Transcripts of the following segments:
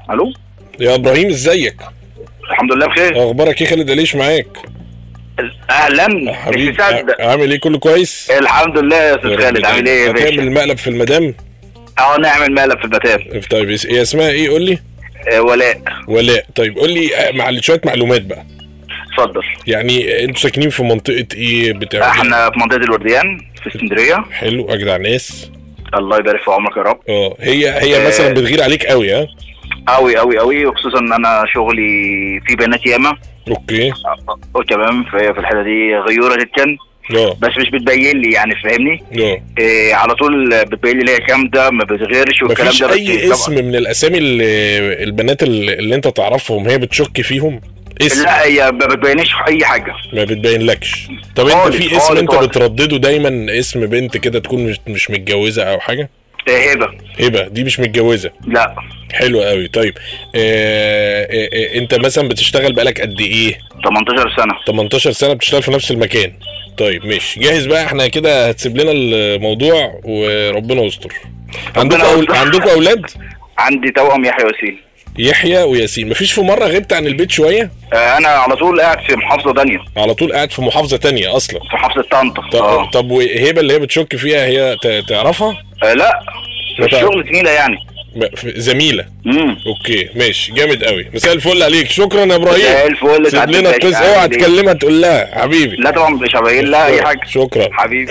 الو يا ابراهيم، ازيك؟ الحمد لله بخير. اخبارك ايه؟ خالد عليش معاك. اهلا حبيبي، مش مصدق. عامل ايه؟ كله كويس الحمد لله يا استاذ خالد، عامل ايه يا باشا؟ هتعمل مقلب في المدام؟ نعمل مقلب في المدام. طيب ايه اسمها ايه؟ قول لي. ولاء. طيب قول لي شويه معلومات بقى. اتفضل. يعني انتوا ساكنين في منطقه ايه؟ احنا في منطقه الورديان في اسكندريه. حلو، اجدع ناس. الله يبارك في عمرك يا رب. هي مثلا بتغير عليك قوي؟ ها، قوي وخصوصا ان انا شغلي في بنات ياما. اوكي. تمام. في الحته دي غيوره جدا. بس مش بتبين لي، يعني فاهمني. على طول بتبين لي هي جامده، ما بتغيرش والكلام ده. مفيش اي اسم من الاسامي البنات اللي انت تعرفهم هي بتشك فيهم؟ اسم؟ لا، هي ما بتبينش اي حاجه. ما بتبينلكش. طب انت في اسم انت بتردده دايما، اسم بنت كده تكون مش متجوزه او حاجه؟ هبه دي مش متجوزه؟ لا. حلو قوي. طيب انت مثلا بتشتغل بقالك قد ايه؟ 18 سنه. 18 سنه بتشتغل في نفس المكان؟ طيب ماشي، جاهز بقى؟ احنا كده هتسيب لنا الموضوع وربنا يستر. عندكم اولاد؟ عندي توأم يحيى وياسين. مفيش في مره غبت عن البيت شويه؟ انا على طول قاعد في محافظه تانية. على طول قاعد في محافظه تانية اصلا؟ في محافظه طنطا. طب وهبه اللي هي بتشك فيها، هي تعرفها؟ لا، في الشغل زميله يعني. زميله. اوكي ماشي، جامد قوي. مساء الفل عليك. شكرا يا ابراهيم. مساء الفل. سيب لنا القصه. اوعى تكلمها تقول لها حبيبي. لا طبعا مش هبين لها اي حاجه. شكرا حبيبي.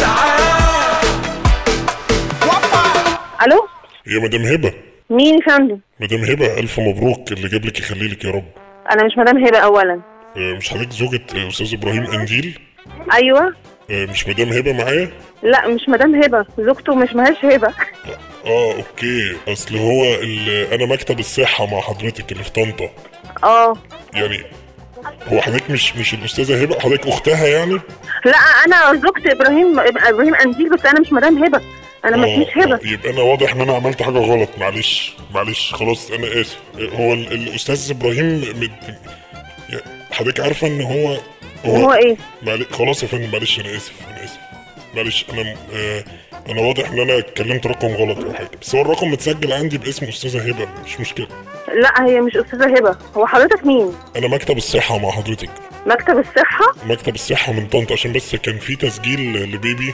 الو يا مدام هبه. مين يا فندم؟ مدام هبه، الف مبروك، اللي جاب لك يخلي لك يا رب. انا مش مدام هبه اولا. مش حضرتك زوجة استاذ ابراهيم قنديل؟ ايوه. مش مدام هبه معايا؟ لا مش مدام هبه، زوجته مش ماهاش هبه. اوكي. اصل هو انا مكتب الصحه مع حضرتك اللي في طنطا. يعني هو حضرتك مش الاستاذه هبه، حضرتك اختها يعني؟ لا انا زوجة ابراهيم قنديل، بس انا مش مدام هبه، انا مش هبه. يبقى انا واضح ان انا عملت حاجه غلط. معلش خلاص، انا اسف. هو الاستاذ ابراهيم حضرتك عارفه ان هو ايه؟ خلاص يا فندم، معلش انا اسف. معلش انا واضح ان انا اتكلمت رقم غلط او حاجه، بس هو الرقم متسجل عندي باسم استاذه هبه، مش مشكله. لا هي مش استاذه هبه. هو حضرتك مين؟ انا مكتب الصحه مع حضرتك. مكتب الصحه من طنطا، عشان بس كان في تسجيل لبيبي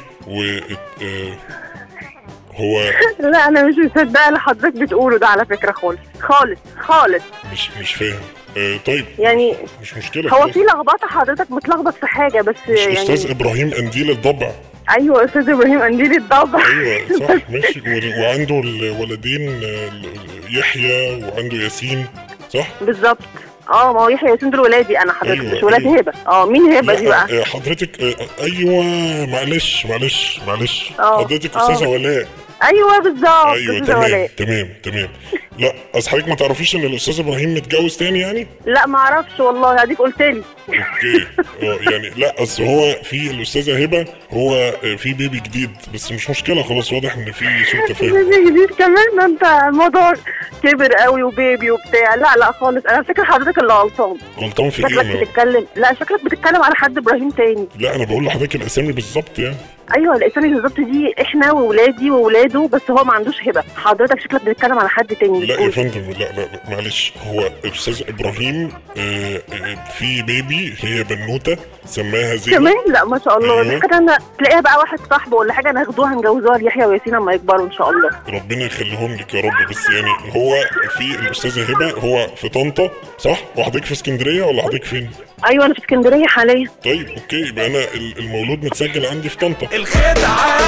هو لا انا مش مصدقه اللي حضرتك بتقوله ده على فكره، خالص. مش فاهم. طيب يعني مش مشكله. هو في لخبطه، حضرتك متلخبط في حاجه بس. مش يعني استاذ ابراهيم قنديل الضبع؟ ايوه استاذ ابراهيم قنديل الضبع. ايوه صح ماشي. وعنده الولدين يحيى وعنده ياسين، صح؟ بالظبط. ما هو يحيى ياسين دول ولادي انا حضرتك. أيوة. مش ولاد هبه. مين هبه دي بقى؟ حضرتك ايوه معلش حضرتك استاذه ولاء. ايوه بالظبط. ايوه تمام. لا اصل حضرتك ما تعرفيش ان الاستاذ ابراهيم متجوز تاني يعني؟ لا ما اعرفش والله، اديك قلت لي. اوكي. يعني لا اصل هو في الاستاذه هبه، هو في بيبي جديد، بس مش مشكله خلاص، واضح ان في سوء تفاهم. بيبي جديد كمان؟ انت الموضوع كبر قوي وبيبي وبتاع. لا خالص، انا فاكر حضرتك اللي غلطان في شكلك ايه؟ بتتكلم. لا شكلك بتتكلم على حد ابراهيم تاني. لا انا بقول لحضرتك الاسامي بالظبط يعني. ايوه الاسامي بالظبط دي احنا وولادي وولاده، بس هو ما عندوش هبه. حضرتك شكلك بتتكلم على حد تاني. لا يا فندم، لا معلش. هو الاستاذ ابراهيم في بيبي، هي بنوته سماها زينب كمان. لا ما شاء الله. أيوة. كده انا تلاقيها بقى واحد صاحبه ولا حاجه، ناخدوها نجوزوها ليحيى وياسين لما يكبروا ان شاء الله. ربنا يخليهم لك يا رب. بس يعني هو في الاستاذه هبه، هو في طنطا صح؟ وحضرتك في اسكندريه ولا حضرتك فين؟ ايوه انا في اسكندريه حاليا. طيب اوكي، يبقى انا المولود متسجل عندي في طنطا. الخدعه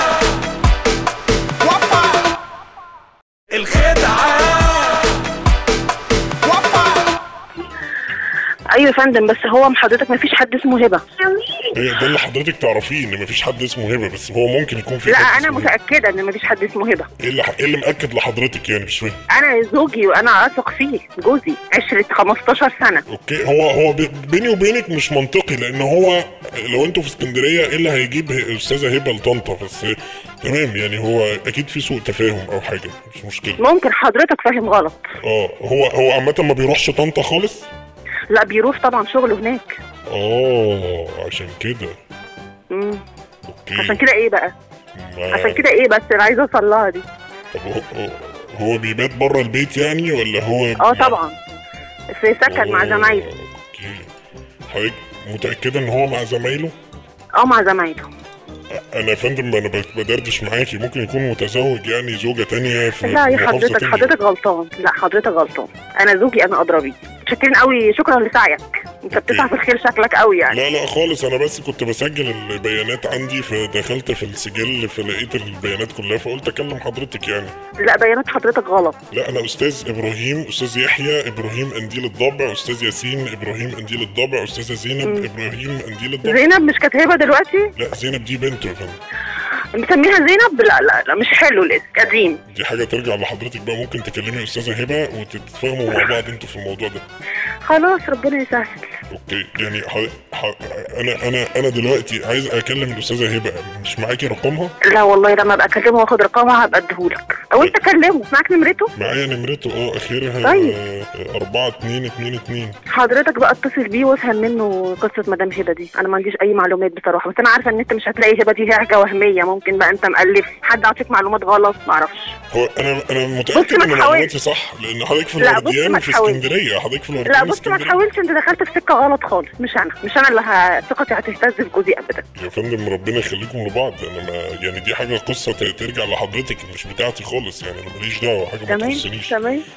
ايوه يا فندم، بس هو حضرتك ما فيش حد اسمه هبه. هي ده اللي حضرتك تعرفيه، ان ما فيش حد اسمه هبه، بس هو ممكن يكون في. لا انا متاكده ان ما فيش حد اسمه هبه. ايه اللي مأكد لحضرتك يعني؟ مش فاهم. انا زوجي وانا اثق فيه، جوزي عشرة 15 سنه. اوكي. هو بيني وبينك مش منطقي، لان هو لو انتوا في اسكندريه ايه اللي هيجيب استاذه هبه لطنطا؟ بس تمام يعني، هو اكيد في سوء تفاهم او حاجه، مش مشكله. ممكن حضرتك فاهم غلط. هو عامه ما بيروحش طنطا خالص؟ لا بيروح طبعا، شغله هناك. عشان كده. اوكي. عشان كده ايه بقى؟ عشان كده ايه بس؟ انا عايزه اوصل لها دي. طب هو بيبات بره البيت يعني ولا هو طبعا في سكن مع زمايله. اوكي. حضرتك متأكدة ان هو مع زمايله؟ مع زمايله. انا يا فندم انا بدردش معاكي، ممكن يكون متزوج يعني زوجة تانية في لا يا حضرتك غلطان. لا حضرتك غلطان، انا زوجي انا ادرى بيه. شاكرين قوي، شكرا لسعيك، انت بتسعى في الخير شكلك قوي يعني. لا خالص، انا بس كنت بسجل البيانات عندي فدخلت في السجل فلقيت البيانات كلها فقلت اكلم حضرتك يعني. لا بيانات حضرتك غلط. لا انا استاذ ابراهيم، استاذ يحيى ابراهيم قنديل الضبع، استاذ ياسين ابراهيم قنديل الضبع، استاذه زينب ابراهيم قنديل الضبع. زينب مش كانت هبه دلوقتي؟ لا زينب دي بنته يا فندم. مسميها زينب؟ لا مش حلو الاسم، قديم. دي حاجه ترجع لحضرتك بقى، ممكن تكلمي استاذه هبه وتتفاهموا مع بعض انتوا في الموضوع ده. خلاص ربنا يسهل. اوكي يعني انا دلوقتي عايز اكلم الاستاذه هبه، مش معاكي رقمها؟ لا والله لما ابقى اكلمه واخد رقمها هبقى اديهولك، او انت كلمه. معاك نمرته؟ معايا نمرته اخرها طيب 4222. حضرتك بقى اتصل بيه وافهم منه قصه مدام هبه دي. انا ما عنديش اي معلومات بصراحه، بس انا عارفه ان انت مش هتلاقي هبه دي حاجه وهميه، ممكن بقى انت مؤلف، حد عطيك معلومات غلط، ما اعرفش. هو انا متاكد ان معلوماتي صح، لان حضرتك في الورديان في اسكندريه، حضرتك في الورديان. لا بص ما تحاولش، انت دخلت في سكه غلط خالص. مش انا اللي ثقتي هتهتز في جوزي ابدا يا فندم. ربنا يخليكم لبعض. انا ما يعني دي حاجه قصه ترجع لحضرتك، مش بتاعتي خالص يعني، انا ماليش دعوه، حاجه ما تخصنيش.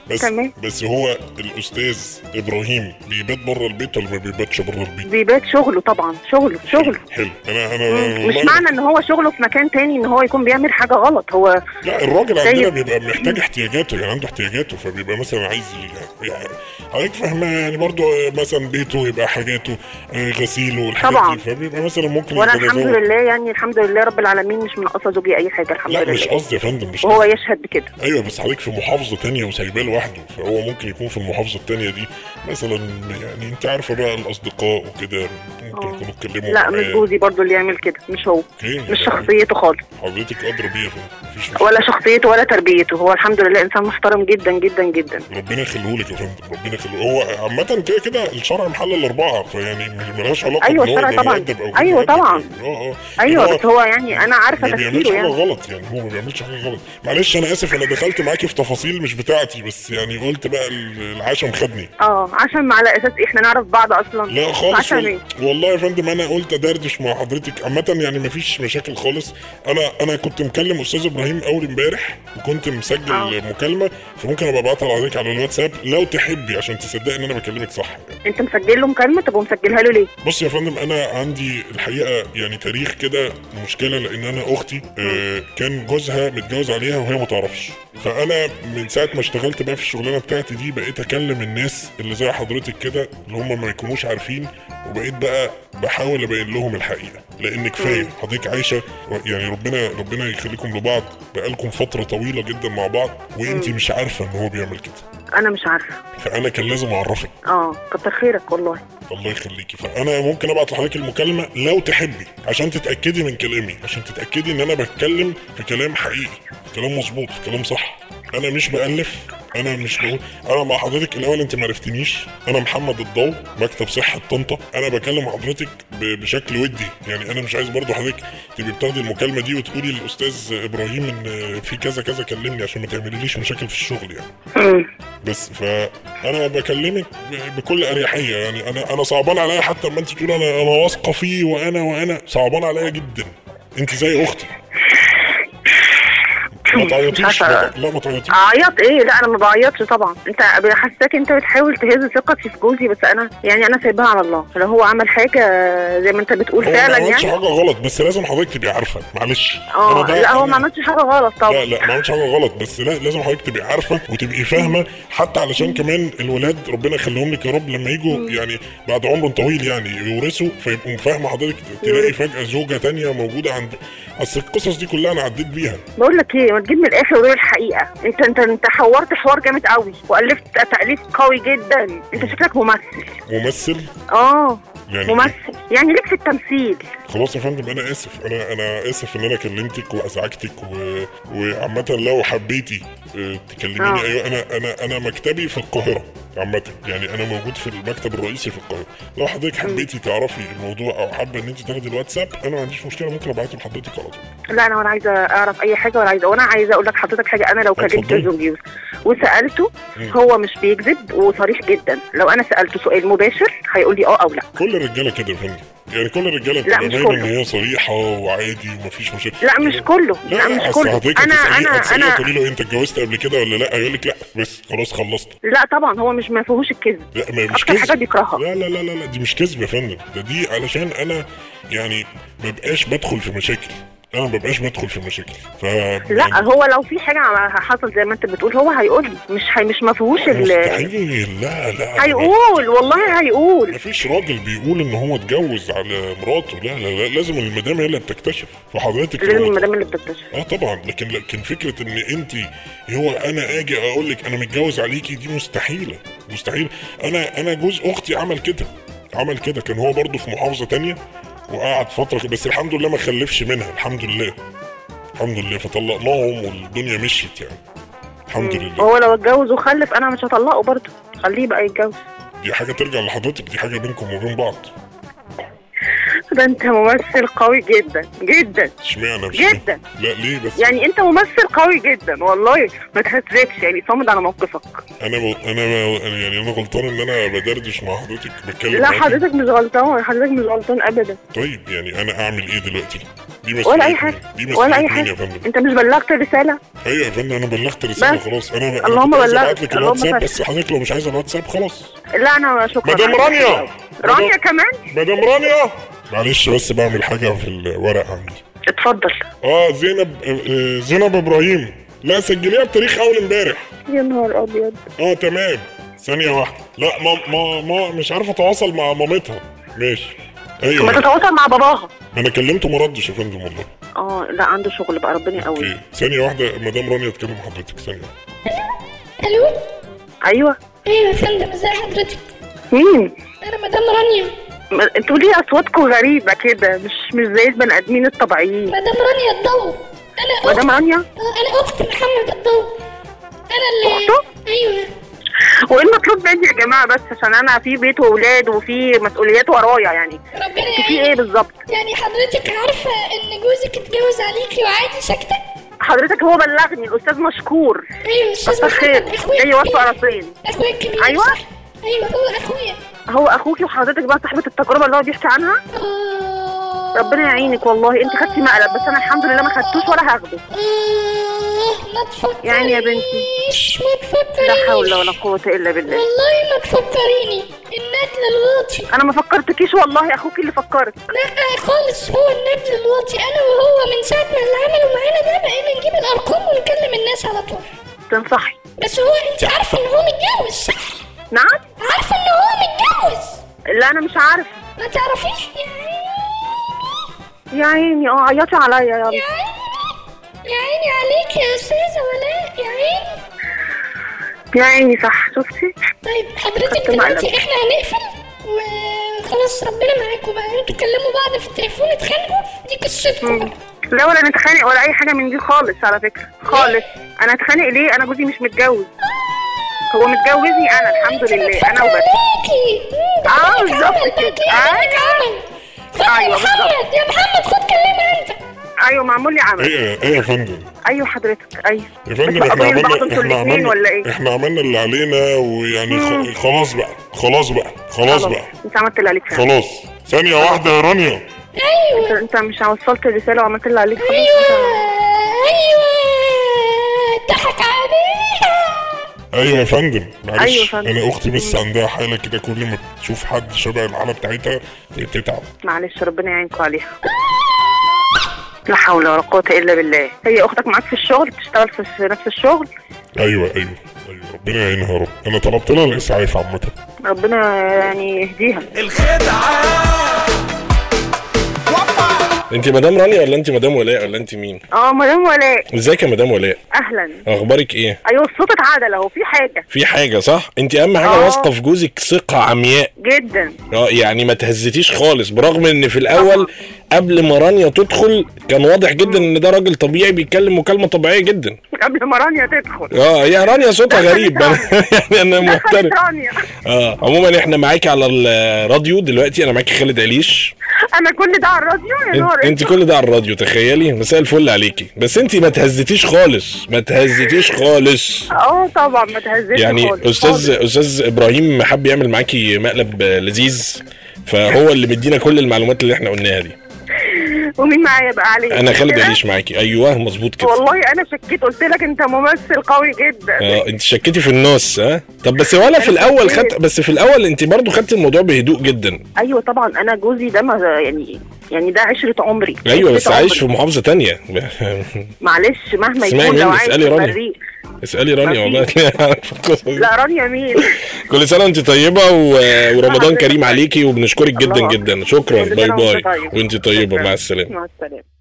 بس هو الاستاذ ابراهيم بيبات بره البيت ولا ما بيباتش بره البيت؟ بيبات شغله طبعا، شغله. حلو. انا مش معنى ان هو شغله في مكان تاني ان هو يكون بيعمل حاجه غلط. هو لا الراجل عندنا بيبقى محتاج احتياجاته، يعني عنده احتياجاته، فبيبقى مثلا عايز يعني حضرتك فاهمه يعني برضو مثلا بيته يبقى حاجاته غسيله والحاجات دي، فبيبقى مثلا ممكن. وانا الحمد لله يعني الحمد لله رب العالمين مش منقصه زوجي اي حاجه الحمد لله. لا مش قصدي يا فندم، مش وهو يشهد بكده. ايوه بس حضرتك في محافظه تانية وسايباه لوحده، فهو ممكن يكون في المحافظه التانية دي مثلا، يعني انت عارفه بقى الاصدقاء وكده ممكن يكونوا اتكلموا. لا مش جوزي برضو اللي يعمل كده، مش هو. مش شخصيته خالص. حضرتك ادرى بيه يا فندم، مفيش مشكله. ولا شخصيته ولا تربيته، هو الحمد لله انسان محترم جدا جدا جدا. ربنا يخليهولك يا فندم، ربنا يخليه. هو عامه كده الشرع محل الاربعه، فيعني مالهاش علاقه. ايوه الشرع طبعا. ايوه طبعا. ايوه بس هو يعني انا عارفه تفكيره يعني. ما بيعملش حاجه غلط يعني، هو ما بيعملش حاجه غلط. معلش انا اسف، انا دخلت معاكي في تفاصيل مش بتاعتي، بس يعني قلت بقى العشم خدني. عشان على اساس احنا نعرف بعض اصلا. لا خالص والله يا فندم، انا قلت ادردش مع حضرتك عامه يعني، مفيش مشاكل خالص. انا كنت مكلم استاذ ابراهيم اول امبارح وكنت مسجل مكالمه، فممكن ابقى ابعتها لحضرتك على الواتساب لو تحبي عشان تصدقي ان انا بكلمك صح. انت مسجل له مكالمه؟ طب ومسجلها له ليه؟ بص يا فندم، انا عندي الحقيقه يعني تاريخ كده مشكله، لان انا اختي كان جوزها متجوز عليها وهي ما تعرفش، فانا من ساعه ما اشتغلت بقى في الشغلانه بتاعتي دي بقيت اكلم الناس اللي زي حضرتك كده اللي هم ما يكونوش عارفين، وبقيت بقى بحاول ابين لهم الحقيقه، لان كفايه حضرتك عايشه يعني ربنا يخليكم لبعض، بقالكم فتره طويله جدا مع بعض وانت مش عارفه ان هو بيعمل كده. انا مش عارفه، فانا كان لازم اعرفك. كتر خيرك والله. الله يخليكي. فانا ممكن ابعت لحضرتك المكالمه لو تحبي عشان تتاكدي من كلامي، عشان تتاكدي ان انا بتكلم في كلام حقيقي، في كلام مظبوط، في كلام صح. انا مش بألف، انا مش بقول. انا مع حضرتك الاول، انت ما عرفتنيش، انا محمد الضو، مكتب صحه طنطا. انا بكلم حضرتك بشكل ودي يعني، انا مش عايز برضو حضرتك تبقي بتاخدي المكالمه دي وتقولي للاستاذ ابراهيم ان في كذا كذا كلمني، عشان ما تعمليليش مشاكل في الشغل يعني. بس فانا بكلمك بكل اريحيه يعني، انا صعبان عليا حتى اما انت تقولي انا واثقه فيه، وانا صعبان عليا جدا. انت زي اختي. ما تعيطيش. لا ما تعيطيش. اعيط ايه؟ لا انا ما بعيطش طبعا. انت حاساك انت بتحاول تهز ثقتي في جوزي، بس انا يعني انا سايبها على الله. لو هو عمل حاجه زي ما انت بتقول فعلا يعني، ما عملش حاجه غلط، بس لازم حضرتك تبقي عارفه. معلش لا هو ما عملش حاجه غلط طبعا. لا ما عملش حاجه غلط، بس لازم حضرتك تبقي عارفه وتبقي فاهمه، حتى علشان كمان الولاد ربنا يخليهم لك يا رب لما يجوا يعني بعد عمر طويل يعني يورثوا، فيبقوا فاهمه حضرتك، تلاقي فجاه زوجه تانية موجوده عند. اصل القصص دي كلها انا عديت بيها. بقول لك ايه، ما تجيب من الاخر وقول الحقيقه. انت حورت حوار جامد قوي والفت تاليف قوي جدا. انت شكلك ممثل. يعني ممثل يعني ليك في التمثيل. خلاص يا فندم، انا اسف، انا اسف ان انا كلمتك وازعجتك، وعامه لو حبيتي تكلميني. ايوه انا مكتبي في القاهره. عامه، يعني انا موجود في المكتب الرئيسي في القاهره. لو حضرتك حبيتي تعرفي الموضوع او حابه ان انت تاخدي الواتساب، انا ما عنديش مشكله، ممكن ابعته لحضرتك على طول. لا انا ولا عايزه اعرف اي حاجه ولا عايزه، وانا عايزه اقول لك حضرتك حاجه. انا لو كلمت زوجي وسالته هو مش بيكذب وصريح جدا. لو انا سالته سؤال مباشر هيقول لي او لا. كل الرجاله كده يا فندم، يعني كل الرجاله بتبقى باينه ان هي صريحه وعادي ومفيش مشكله. لا مش كله. لا مش كله. انا تقولي له انت اتجوزت قبل كده ولا لا، هيقول لك لا بس خلاص خلصت. لا طبعا هو مش ما فيهوش الكذب. لا مش كذب، حاجه بيكرهها. لا لا لا لا دي مش كذب يا فندم، دي علشان انا يعني ما بقاش بدخل في مشاكل. انا ما ببقاش بدخل في مشاكل. لا هو لو في حاجه حصل زي ما انت بتقول هو هيقول لي، مش ما فيهوش مستحيل. لا هيقول والله هيقول. مفيش راجل بيقول ان هو اتجوز على مراته. لا لازم المدام هي اللي بتكتشف. فحضرتك لازم المدام اللي بتكتشف. طبعا. لكن فكره ان انت هو انا اجي اقول لك انا متجوز عليكي، دي مستحيل. انا جوز اختي عمل كده كان هو برضو في محافظه تانية وقعد فتره، بس الحمد لله ما خلفش منها، الحمد لله فطلقناهم والدنيا مشيت يعني الحمد لله. هو لو اتجوز وخلف انا مش هطلقه برضه، خليه بقى يتجوز. دي حاجه ترجع لحضرتك، دي حاجه بينكم وبين بعض. ده انت ممثل قوي جدا. اشمعنى جدا؟ لا ليه بس؟ يعني انت ممثل قوي جدا والله، ما تهزكش يعني، صامد على موقفك. انا يعني انا غلطان ان انا بدردش مع حضرتك بتكلم. لا حضرتك مش غلطان ابدا. طيب يعني انا اعمل ايه دلوقتي؟ ولا اي حاجه يا فندم. انت مش بلغت رساله؟ ايوه يا فندم انا بلغت رساله خلاص. انا اللهم بلغت لك الواتساب، بس حضرتك لو مش عايزه الواتساب خلاص. لا انا شكرا. مدام رانيا كمان. مدام رانيا معلش بس بعمل حاجه في الورق عندي. اتفضل. زينب ابراهيم. لا سجليها بتاريخ اول امبارح. يا نهار ابيض. تمام. ثانيه واحده. لا ما مش عارفه اتواصل مع مامتها. ماشي. ايوه ما تتواصل مع باباها. انا كلمته ما ردش يا فندم والله. لا عنده شغل بقى، ربنا يقوي. ثانيه واحده مدام رانيا تكلم حضرتك. ثانيه. الو. ايوه يا فندم، ازي حضرتك؟ مين؟ انا مدام رانيا. انتوا ليه اصواتكم غريبه كده، مش زي البني ادمين الطبيعيين. مدام رانيا الضوء. انا مدام رانيا؟ انا اخت محمد الضوء. انا اللي اخته؟ ايوه. وايه المطلوب مني يا جماعه بس عشان انا في بيت واولاد وفي مسؤوليات ورايا يعني؟ ربنا في ايه بالظبط؟ يعني حضرتك عارفه ان جوزك اتجوز عليكي وعادي ساكته؟ حضرتك هو بلغني الاستاذ مشكور. ايوه الاستاذ محمد جاي وصفه راسين. اخويا الكبير. ايوه صح. ايوه هو اخويا. هو اخوكي وحضرتك بقى صاحبه التجربه اللي هو بيحكي عنها؟ ربنا يعينك والله. انت خدتي مقلب بس انا الحمد لله ما خدتوش ولا هاخده. ما تفكرينيش يعني يا بنتي. ما تفكرينيش. لا حول ولا قوه الا بالله. والله ما تفكريني. الندل الواطي. انا ما فكرتكيش والله، اخوكي اللي فكرت. لا خالص، هو الندل الواطي. انا وهو من ساعه ما اللي عملوا معانا ده بقينا نجيب الارقام ونكلم الناس على طول. تنصحي؟ بس هو انت عارفه ان هو متجوز صح؟ نعم؟ عارفه ان هو متجوز؟ لا انا مش عارفه. ما تعرفيش؟ يا عيني. عيطي عليا يلا. يا عيني عليك يا استاذه ولاء. يا عيني. يا عيني صح. شفتي؟ طيب حضرتك دلوقتي احنا هنقفل وخلاص، ربنا معاكم بقى. انتوا كلموا بعض في التليفون اتخانقوا، دي قصتكم بقى. لا ولا نتخانق ولا اي حاجه من دي خالص على فكره خالص. انا اتخانق ليه؟ انا جوزي مش متجوز، هو متجوزني انا الحمد لله. انا وبس. بالظبط كده. ايوه بالظبط. يا محمد خد كلمها انت. ايوه معمول لي عمل. ايه يا فندم؟ ايوه حضرتك. ايوه يا فندم احنا عملنا اللي علينا ويعني خلاص بقى. انت عملت اللي عليك فعلا. خلاص. ثانيه واحده يا رانيا. ايوه انت مش وصلت الرساله وعملت اللي عليك. ايوه ضحك عليها. ايوه يا فندم معلش. أيوة فندم. انا اختي بس عندها حاله كده، كل ما تشوف حد شبه الحاله بتاعتها تتعب. معلش ربنا يعينكم عليها. لا حول ولا قوه الا بالله. هي اختك معاك في الشغل، بتشتغل في نفس الشغل؟ ايوه ربنا يعينها يا رب. انا طلبت لها الاسعاف عامه. ربنا يعني يهديها. الخدعه انت مدام رانيا ولا انت مدام ولاء ولا انت مين؟ مدام ولاء. ازيك يا مدام ولاء؟ اهلا. اخبارك ايه؟ ايوه الصوت اتعدل اهو، في حاجه صح. انت اهم حاجه واثقه في جوزك ثقه عمياء جدا. يعني ما تهزتيش خالص، برغم ان في الاول قبل ما رانيا تدخل كان واضح جدا ان ده راجل طبيعي بيتكلم مكالمه طبيعيه جدا قبل ما رانيا تدخل. يا رانيا صوتها غريب. يعني انا محترم. عموما احنا معاكي على الراديو دلوقتي، انا معاكي خالد عليش. انا كل ده على الراديو يا نور. انت كل ده على الراديو، تخيلي. مساء الفل عليكي. بس انت ما تهزتيش خالص. طبعا ما تهزتيش يعني خالص. استاذ ابراهيم حب يعمل معاكي مقلب لذيذ، فهو اللي مدينا كل المعلومات اللي احنا قلناها دي. ومين معايا بقى عليه؟ انا خالد عليش معاكي. ايوه مظبوط كده. والله انا شكيت، قلت لك انت ممثل قوي جدا. انت شكيتي في النص. طب بس ولا في الاول في الاول انت برضو خدت الموضوع بهدوء جدا. ايوه طبعا، انا جوزي ده يعني ده عشرة عمري. ايوه بس عايش في محافظه تانية. معلش مهما يكون لو عايش في الريف. اسألي رانيا والله. لا رانيا مين؟ كل سنة وانت طيبة ورمضان كريم عليكي، وبنشكرك جدا جدا. شكرا. باي باي. وانت طيبة. مع السلامة.